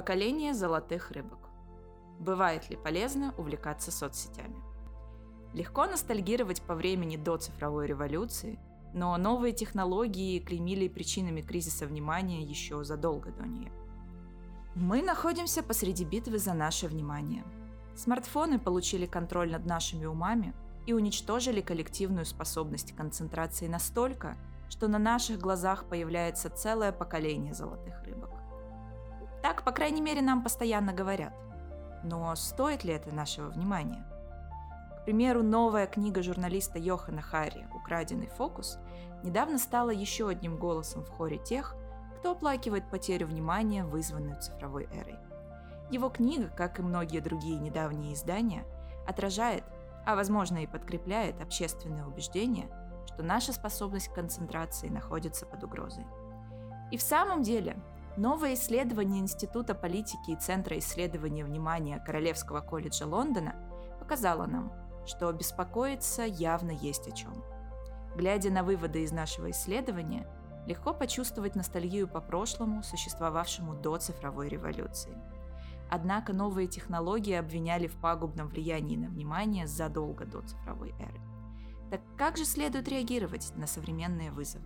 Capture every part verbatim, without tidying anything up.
Поколение золотых рыбок. Бывает ли полезно увлекаться соцсетями? Легко ностальгировать по времени до цифровой революции, но новые технологии клеймили причинами кризиса внимания еще задолго до нее. Мы находимся посреди битвы за наше внимание. Смартфоны получили контроль над нашими умами и уничтожили коллективную способность концентрации настолько, что на наших глазах появляется целое поколение золотых рыбок. Так, по крайней мере, нам постоянно говорят. Но стоит ли это нашего внимания? К примеру, новая книга журналиста Йохана Харри «Украденный фокус» недавно стала еще одним голосом в хоре тех, кто оплакивает потерю внимания, вызванную цифровой эрой. Его книга, как и многие другие недавние издания, отражает, а возможно и подкрепляет общественное убеждение, что наша способность к концентрации находится под угрозой. И в самом деле, новое исследование Института политики и Центра исследования внимания Королевского колледжа Лондона показало нам, что беспокоиться явно есть о чем. Глядя на выводы из нашего исследования, легко почувствовать ностальгию по прошлому, существовавшему до цифровой революции. Однако новые технологии обвиняли в пагубном влиянии на внимание задолго до цифровой эры. Так как же следует реагировать на современные вызовы?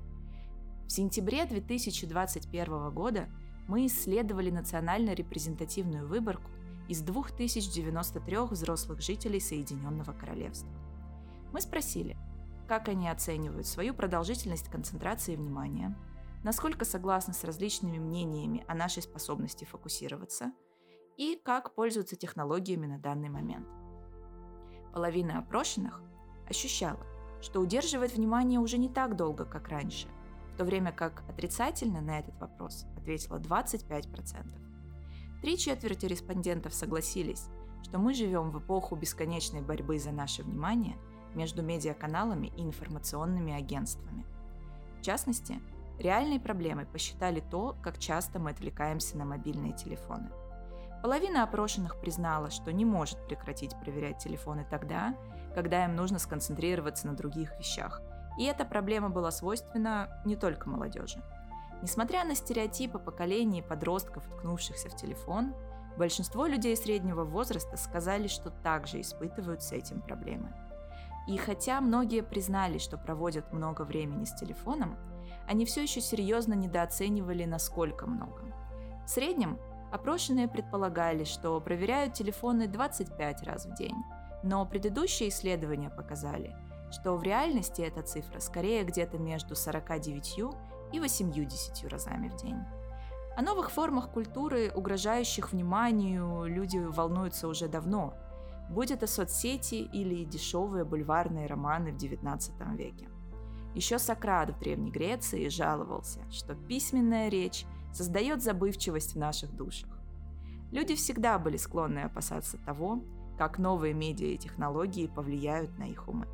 В сентябре две тысячи двадцать первого года мы исследовали национально-репрезентативную выборку из две тысячи девяносто три взрослых жителей Соединенного Королевства. Мы спросили, как они оценивают свою продолжительность концентрации внимания, насколько согласны с различными мнениями о нашей способности фокусироваться и как пользуются технологиями на данный момент. Половина опрошенных ощущала, что удерживать внимание уже не так долго, как раньше, в то время как отрицательно на этот вопрос ответило двадцать пять процентов. Три четверти респондентов согласились, что мы живем в эпоху бесконечной борьбы за наше внимание между медиаканалами и информационными агентствами. В частности, реальной проблемой посчитали то, как часто мы отвлекаемся на мобильные телефоны. Половина опрошенных признала, что не может прекратить проверять телефоны тогда, когда им нужно сконцентрироваться на других вещах, и эта проблема была свойственна не только молодежи. Несмотря на стереотипы поколений подростков, уткнувшихся в телефон, большинство людей среднего возраста сказали, что также испытывают с этим проблемы. И хотя многие признали, что проводят много времени с телефоном, они все еще серьезно недооценивали, насколько много. В среднем опрошенные предполагали, что проверяют телефоны двадцать пять раз в день, но предыдущие исследования показали, что в реальности эта цифра скорее где-то между сорок девять и восемьдесят разами в день. О новых формах культуры, угрожающих вниманию, люди волнуются уже давно, будь это соцсети или дешевые бульварные романы в девятнадцатом веке. Еще Сократ в Древней Греции жаловался, что письменная речь создает забывчивость в наших душах. Люди всегда были склонны опасаться того, как новые медиа и технологии повлияют на их умы.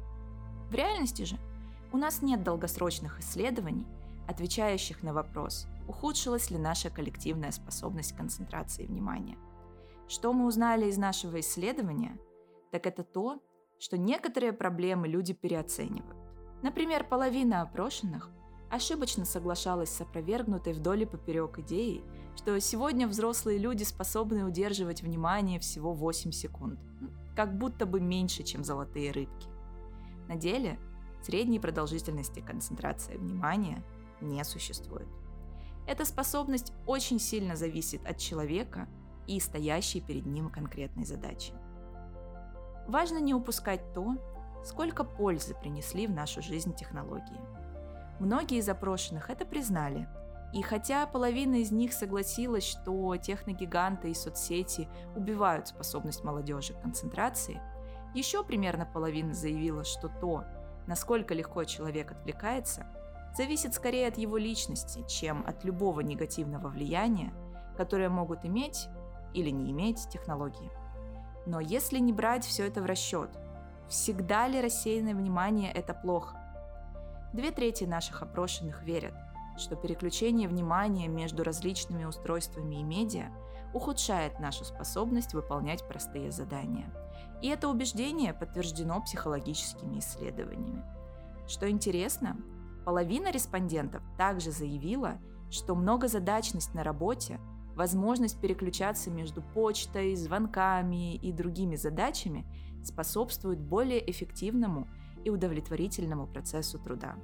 В реальности же у нас нет долгосрочных исследований, отвечающих на вопрос, ухудшилась ли наша коллективная способность концентрации внимания. Что мы узнали из нашего исследования, так это то, что некоторые проблемы люди переоценивают. Например, половина опрошенных ошибочно соглашалась с опровергнутой вдоль и поперек идеей, что сегодня взрослые люди способны удерживать внимание всего восемь секунд, как будто бы меньше, чем золотые рыбки. На деле средней продолжительности концентрации внимания не существует. Эта способность очень сильно зависит от человека и стоящей перед ним конкретной задачи. Важно не упускать то, сколько пользы принесли в нашу жизнь технологии. Многие из опрошенных это признали, и хотя половина из них согласилась, что техногиганты и соцсети убивают способность молодежи к концентрации, еще примерно половина заявила, что то, насколько легко человек отвлекается, зависит скорее от его личности, чем от любого негативного влияния, которое могут иметь или не иметь технологии. Но если не брать все это в расчет, всегда ли рассеянное внимание – это плохо? Две трети наших опрошенных верят, что переключение внимания между различными устройствами и медиа ухудшает нашу способность выполнять простые задания. И это убеждение подтверждено психологическими исследованиями. Что интересно, половина респондентов также заявила, что многозадачность на работе Возможность переключаться между почтой, звонками и другими задачами способствует более эффективному и удовлетворительному процессу труда.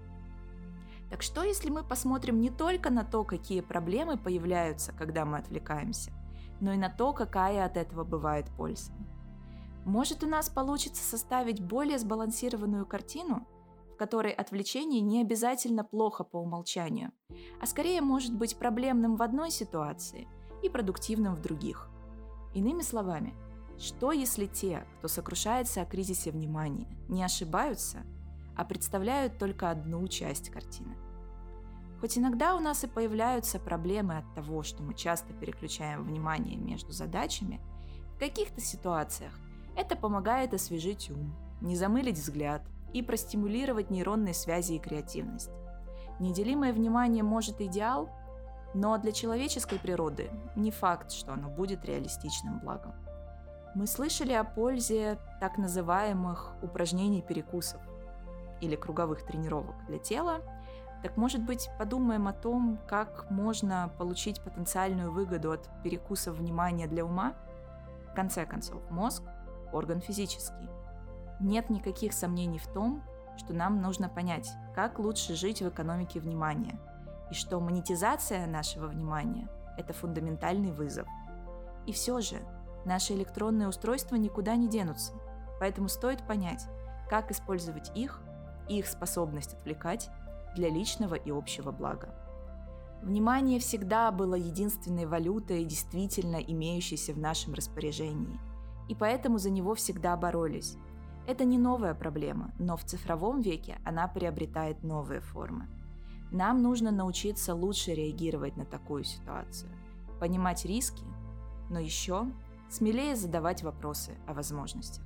Так что, если мы посмотрим не только на то, какие проблемы появляются, когда мы отвлекаемся, но и на то, какая от этого бывает польза? Может, у нас получится составить более сбалансированную картину, в которой отвлечение не обязательно плохо по умолчанию, а скорее может быть проблемным в одной ситуации и продуктивным в других. Иными словами, что если те, кто сокрушается о кризисе внимания, не ошибаются, а представляют только одну часть картины? Хоть иногда у нас и появляются проблемы от того, что мы часто переключаем внимание между задачами, в каких-то ситуациях это помогает освежить ум, не замылить взгляд и простимулировать нейронные связи и креативность. Неделимое внимание может идеал, но для человеческой природы не факт, что оно будет реалистичным благом. Мы слышали о пользе так называемых упражнений-перекусов или круговых тренировок для тела. Так, может быть, подумаем о том, как можно получить потенциальную выгоду от перекусов внимания для ума? В конце концов, мозг – орган физический. Нет никаких сомнений в том, что нам нужно понять, как лучше жить в экономике внимания, и что монетизация нашего внимания – это фундаментальный вызов. И все же, наши электронные устройства никуда не денутся, поэтому стоит понять, как использовать их и их способность отвлекать для личного и общего блага. Внимание всегда было единственной валютой, действительно имеющейся в нашем распоряжении, и поэтому за него всегда боролись. Это не новая проблема, но в цифровом веке она приобретает новые формы. Нам нужно научиться лучше реагировать на такую ситуацию, понимать риски, но еще смелее задавать вопросы о возможностях.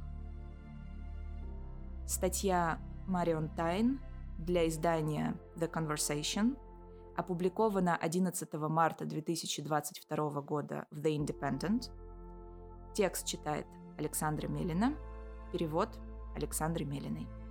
Статья Марион Тайн для издания The Conversation опубликована одиннадцатого марта две тысячи двадцать второго года в The Independent. Текст читает Александра Мелина, перевод Александры Мелиной.